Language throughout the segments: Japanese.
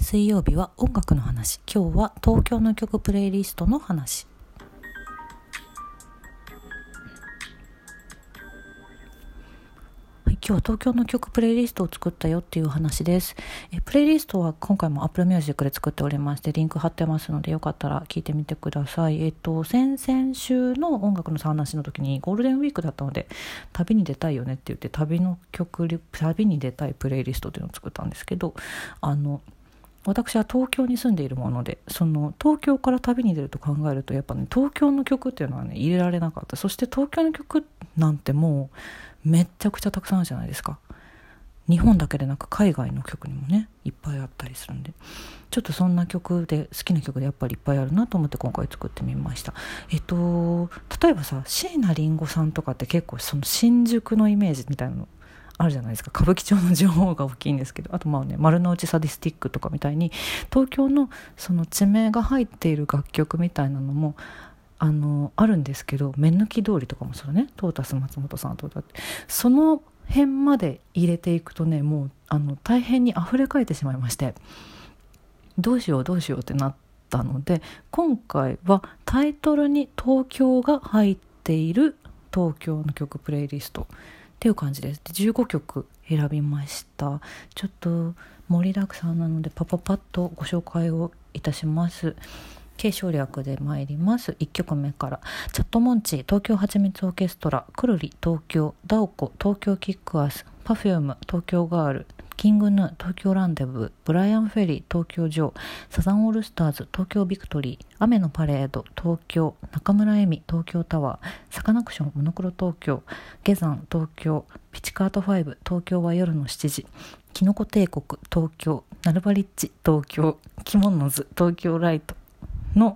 水曜日は音楽の話。今日は東京の曲プレイリストの話。今日は東京の曲プレイリストを作ったよっていう話です。プレイリストは今回も Apple Music で作っておりまして、リンク貼ってますのでよかったら聞いてみてください。先々週の音楽の話の時にゴールデンウィークだったので、旅に出たいよねって言って旅に出たいプレイリストっていうのを作ったんですけど、私は東京に住んでいるもので、その東京から旅に出ると考えるとやっぱね、東京の曲っていうのはね入れられなかった。そして東京の曲なんてもうめっちゃくちゃたくさんあるじゃないですか。日本だけでなく海外の曲にもねいっぱいあったりするんで、ちょっとそんな曲で好きな曲でやっぱりいっぱいあるなと思って今回作ってみました。例えばさ、椎名林檎さんとかって結構その新宿のイメージみたいなのあるじゃないですか。歌舞伎町の情報が大きいんですけど、あと丸の内サディスティックとかみたいに東京のその地名が入っている楽曲みたいなのもあるんですけど、目抜き通りとかもそうね、トータス松本さんとかってその辺まで入れていくとね、もう大変に溢れかえってしまいまして、どうしようってなったので、今回はタイトルに東京が入っている東京の曲プレイリストっていう感じです。で15曲選びました。ちょっと盛りだくさんなのでパッとご紹介をいたします。継承略で参ります。1曲目から、チャットモンチー東京はちみつオーケストラ、くるり東京、ダオコ東京キックアス、パフューム東京ガール、キングヌー東京ランデブー、ブライアン・フェリー東京ジョー、サザンオールスターズ東京ビクトリー、雨のパレード東京、中村恵美東京タワー、サカナクションモノクロ東京、下山東京、ピチカート5東京は夜の7時、キノコ帝国東京、ナルバリッチ東京、キモノズ東京ライトの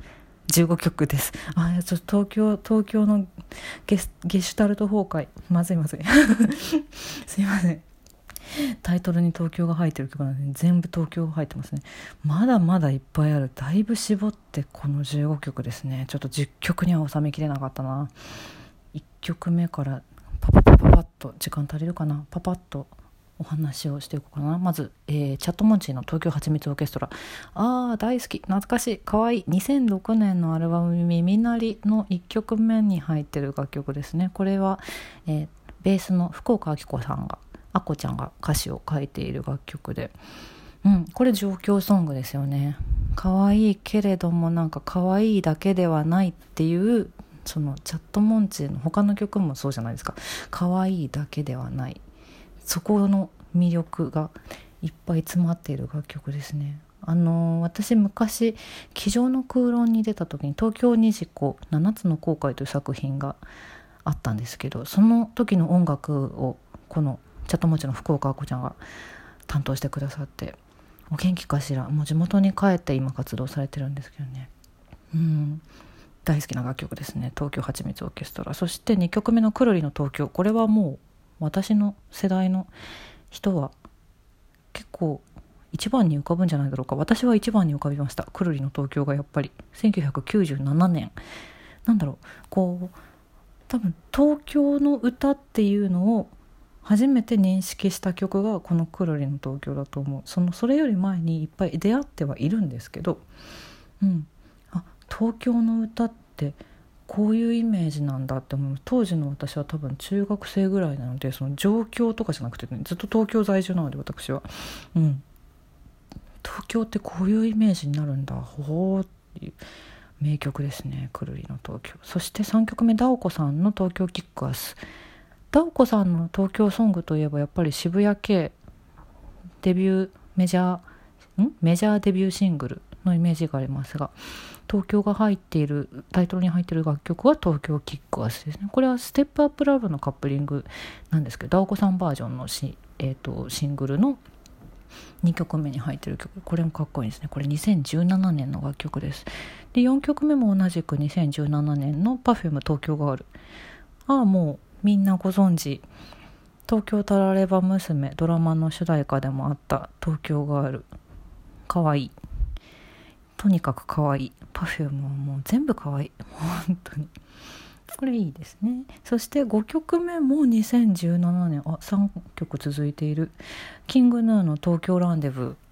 15曲です。ちょっと東京のゲシュタルト崩壊、まずいすいません。タイトルに東京が入ってる曲なんで全部東京が入ってますね。まだまだいっぱいある。だいぶ絞ってこの15曲ですね。ちょっと10曲には収めきれなかったな。1曲目からパパッと時間足りるかな、パパッとお話をしていこうかな。まず、チャットモンチーの東京はちみつオーケストラ。大好き、懐かしい、かわいい。2006年のアルバム耳鳴りの1曲目に入ってる楽曲ですね。これは、ベースの福岡明子さんが、あこちゃんが歌詞を書いている楽曲で、これ上京ソングですよね。かわいいけれどもなんかかわいいだけではないっていう、そのチャットモンチーの他の曲もそうじゃないですか。かわいいだけではない、そこの魅力がいっぱい詰まっている楽曲ですね。私昔机上の空論に出た時に東京虹子7つの後悔という作品があったんですけど、その時の音楽をこのチャットモンチの福岡あこちゃんが担当してくださって、お元気かしら。もう地元に帰って今活動されてるんですけどね。大好きな楽曲ですね、東京はちみつオーケストラ。そして2曲目のくるりの東京、これはもう私の世代の人は結構一番に浮かぶんじゃないだろうか。私は一番に浮かびました。くるりの東京がやっぱり1997年多分東京の歌っていうのを初めて認識した曲がこのくるりの東京だと思う。それより前にいっぱい出会ってはいるんですけど、東京の歌ってこういうイメージなんだって思う。当時の私は多分中学生ぐらいなので、その上京とかじゃなくて、ずっと東京在住なので私は、東京ってこういうイメージになるんだ、っていう名曲ですね、くるりの東京。そして3曲目、ダオコさんの東京キックアス。ダオコさんの東京ソングといえばやっぱり渋谷系メジャーデビューシングルのイメージがありますが、東京が入っているタイトルに入っている楽曲は東京キックアスですね。これはステップアップラブのカップリングなんですけど、ダオコさんバージョンのシングルの2曲目に入っている曲、これもかっこいいですね。これ2017年の楽曲です。で4曲目も同じく2017年のパフューム東京ガール。もうみんなご存知、東京タラレバ娘ドラマの主題歌でもあった東京ガール。かわいい、とにかくかわいい。パフュームはもう全部かわいい、本当にこれいいですね。そして5曲目も2017年、3曲続いているキングヌーの東京ランデブー。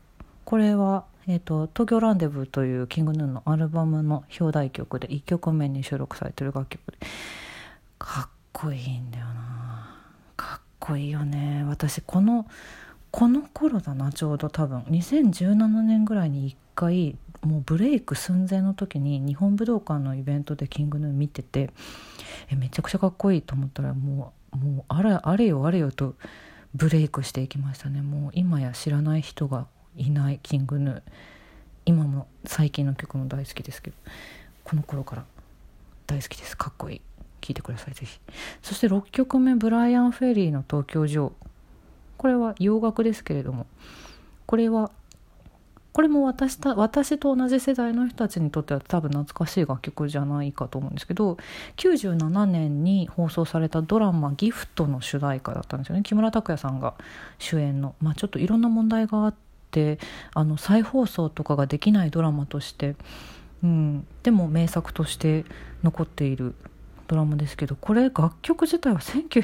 これは、東京ランデブーというキングヌーのアルバムの表題曲で1曲目に収録されている楽曲で、かっこいいんだよな。かっこいいよね。私この頃だな、ちょうど多分2017年ぐらいに1回もうブレイク寸前の時に日本武道館のイベントでキングヌー見てて、めちゃくちゃかっこいいと思ったらもうあれよとブレイクしていきましたね。もう今や知らない人がいないキングヌー。今も最近の曲も大好きですけど、この頃から大好きです。かっこいい。聴いてくださいぜひ。そして6曲目、ブライアン・フェリーの東京ジョー。これは洋楽ですけれども、これも私と同じ世代の人たちにとっては多分懐かしい楽曲じゃないかと思うんですけど、97年に放送されたドラマギフトの主題歌だったんですよね。木村拓哉さんが主演の、ちょっといろんな問題があって再放送とかができないドラマとして、でも名作として残っているドラマですけど、これ楽曲自体は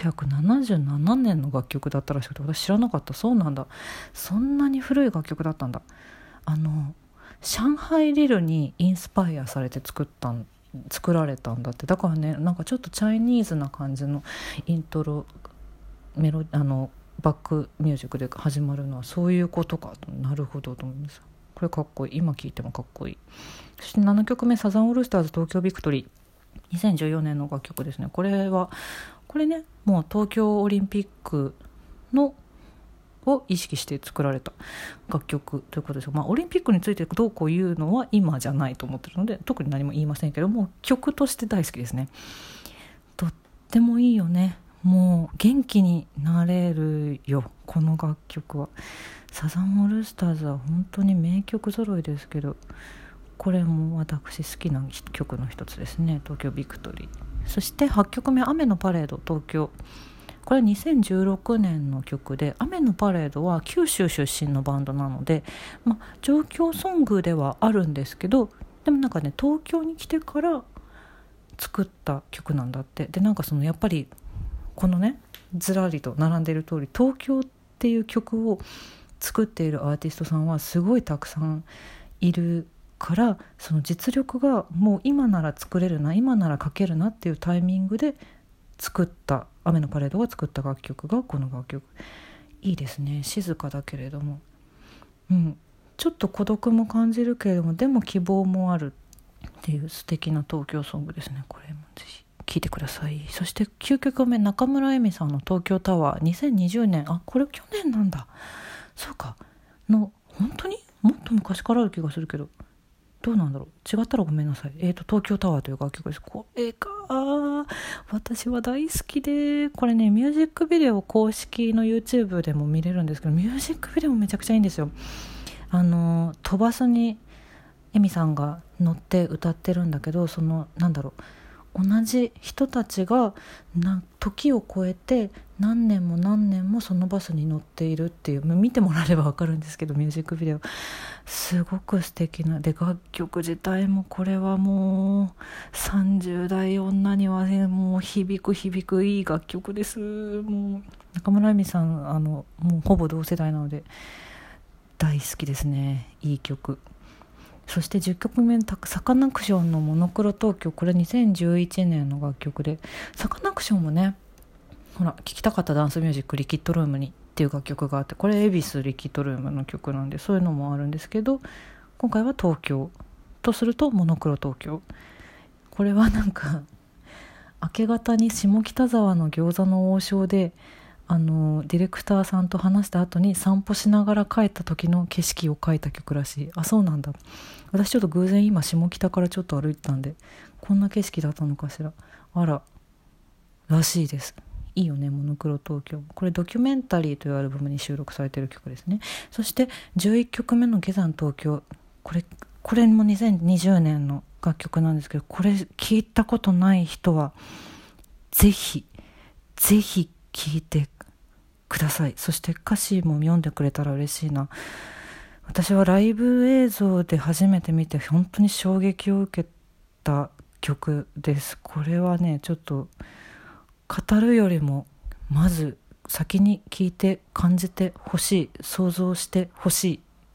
1977年の楽曲だったらしくて、私知らなかった。そうなんだ、そんなに古い楽曲だったんだ。上海リルにインスパイアされて作られたんだって。だからね、なんかちょっとチャイニーズな感じのイントロバックミュージックで始まるのはそういうことかと。なるほどと思います。これかっこいい。今聴いてもかっこいい。そして7曲目、サザンオールスターズ東京ビクトリー、2014年の楽曲ですね。これね、もう東京オリンピックを意識して作られた楽曲ということです。オリンピックについてどうこう言うのは今じゃないと思ってるので特に何も言いませんけども、曲として大好きですね。とってもいいよね。もう元気になれるよ、この楽曲は。サザンオールスターズは本当に名曲揃いですけど、これも私好きな曲の一つですね、東京ビクトリー。そして8曲目、雨のパレード東京。これは2016年の曲で、雨のパレードは九州出身のバンドなので、上京ソングではあるんですけど、でもなんかね、東京に来てから作った曲なんだって。で、なんかやっぱりこのね、ずらりと並んでいる通り、東京っていう曲を作っているアーティストさんはすごいたくさんいるから、その実力がもう今なら作れるな、今なら書けるなっていうタイミングで作った雨のパレードが作った楽曲がこの楽曲。いいですね。静かだけれども、ちょっと孤独も感じるけれども、でも希望もあるっていう素敵な東京ソングですね。これもぜひ聴いてください。そして9曲目、中村恵美さんの東京タワー、2020年。これ去年なんだ。そうかの、本当にもっと昔からある気がするけど、どうなんだろう。違ったらごめんなさい。東京タワーという楽曲です。これが私は大好きで、これね、ミュージックビデオ公式の YouTube でも見れるんですけど、ミュージックビデオもめちゃくちゃいいんですよ。飛ばすにエミさんが乗って歌ってるんだけど、同じ人たちが時を超えて何年もそのバスに乗っているっていう、見てもらえれば分かるんですけど、ミュージックビデオすごく素敵な。で、楽曲自体もこれはもう30代女にはね、もう響くいい楽曲です。もう中村恵美さんもうほぼ同世代なので大好きですね。いい曲。そして10曲目、サカナクションのモノクロ東京。これ2011年の楽曲で、サカナクションもね、ほら、聴きたかったダンスミュージックリキッドルームにっていう楽曲があって、これ恵比寿リキッドルームの曲なんで、そういうのもあるんですけど、今回は東京とするとモノクロ東京。これはなんか明け方に下北沢の餃子の王将でディレクターさんと話した後に散歩しながら帰った時の景色を書いた曲らしい。そうなんだ。私ちょっと偶然今下北からちょっと歩いてたんで、こんな景色だったのかしら。らしいです。いいよね、モノクロ東京。これドキュメンタリーというアルバムに収録されている曲ですね。そして11曲目の下山東京。これも2020年の楽曲なんですけど、これ聞いたことない人はぜひ聞いてください。そして歌詞も読んでくれたら嬉しいな。私はライブ映像で初めて見て本当に衝撃を受けた曲です。これはね、ちょっと語るよりもまず先に聞いて感じてほしい、想像してほしい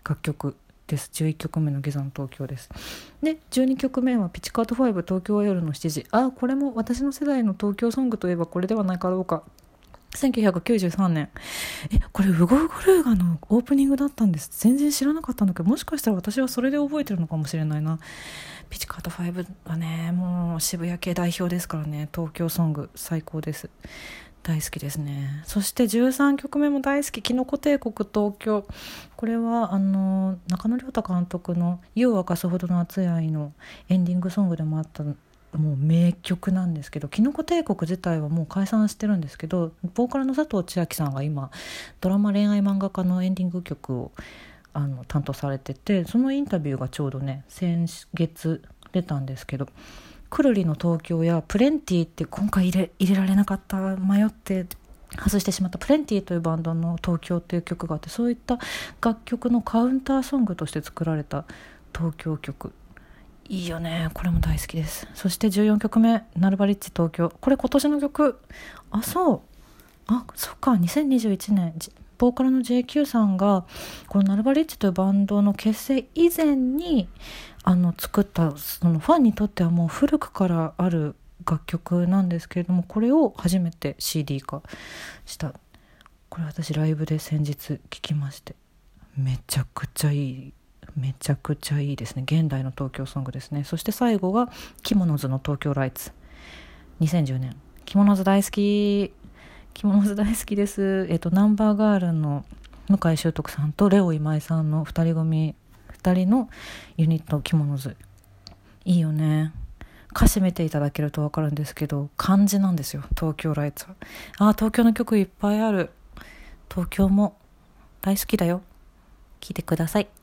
楽曲です。11曲目の下山東京です。で12曲目はピチカート5東京は夜の7時。これも私の世代の東京ソングといえばこれではないかどうか。1993年。これウゴウゴルーガのオープニングだったんです。全然知らなかったんだけど、もしかしたら私はそれで覚えてるのかもしれないな。ピチカート5はね、もう渋谷系代表ですからね。東京ソング最高です。大好きですね。そして13曲目も大好き、キノコ帝国東京。これは中野亮太監督の湯を沸かすほどの熱い愛のエンディングソングでもあったもう名曲なんですけど、キノコ帝国自体はもう解散してるんですけど、ボーカルの佐藤千亜さんが今ドラマ恋愛漫画家のエンディング曲を担当されてて、そのインタビューがちょうどね先月出たんですけど、くるりの東京やプレンティって今回入れられなかった、迷って外してしまったプレンティというバンドの東京という曲があって、そういった楽曲のカウンターソングとして作られた東京曲、いいよね。これも大好きです。そして14曲目ナルバリッチ東京。これ今年の曲。そっか、2021年ボーカルの JQ さんがこのナルバリッチというバンドの結成以前に作った、そのファンにとってはもう古くからある楽曲なんですけれども、これを初めて CD 化した。これ私ライブで先日聴きまして、めちゃくちゃいいですね。現代の東京ソングですね。そして最後がキモノズの東京ライツ。2010年。キモノズ大好きです。ナンバーガールの向井秀徳さんとレオ今井さんの2人のユニットキモノズ、いいよね。歌詞見ていただけると分かるんですけど、漢字なんですよ、東京ライツは。東京の曲いっぱいある。東京も大好きだよ。聴いてください。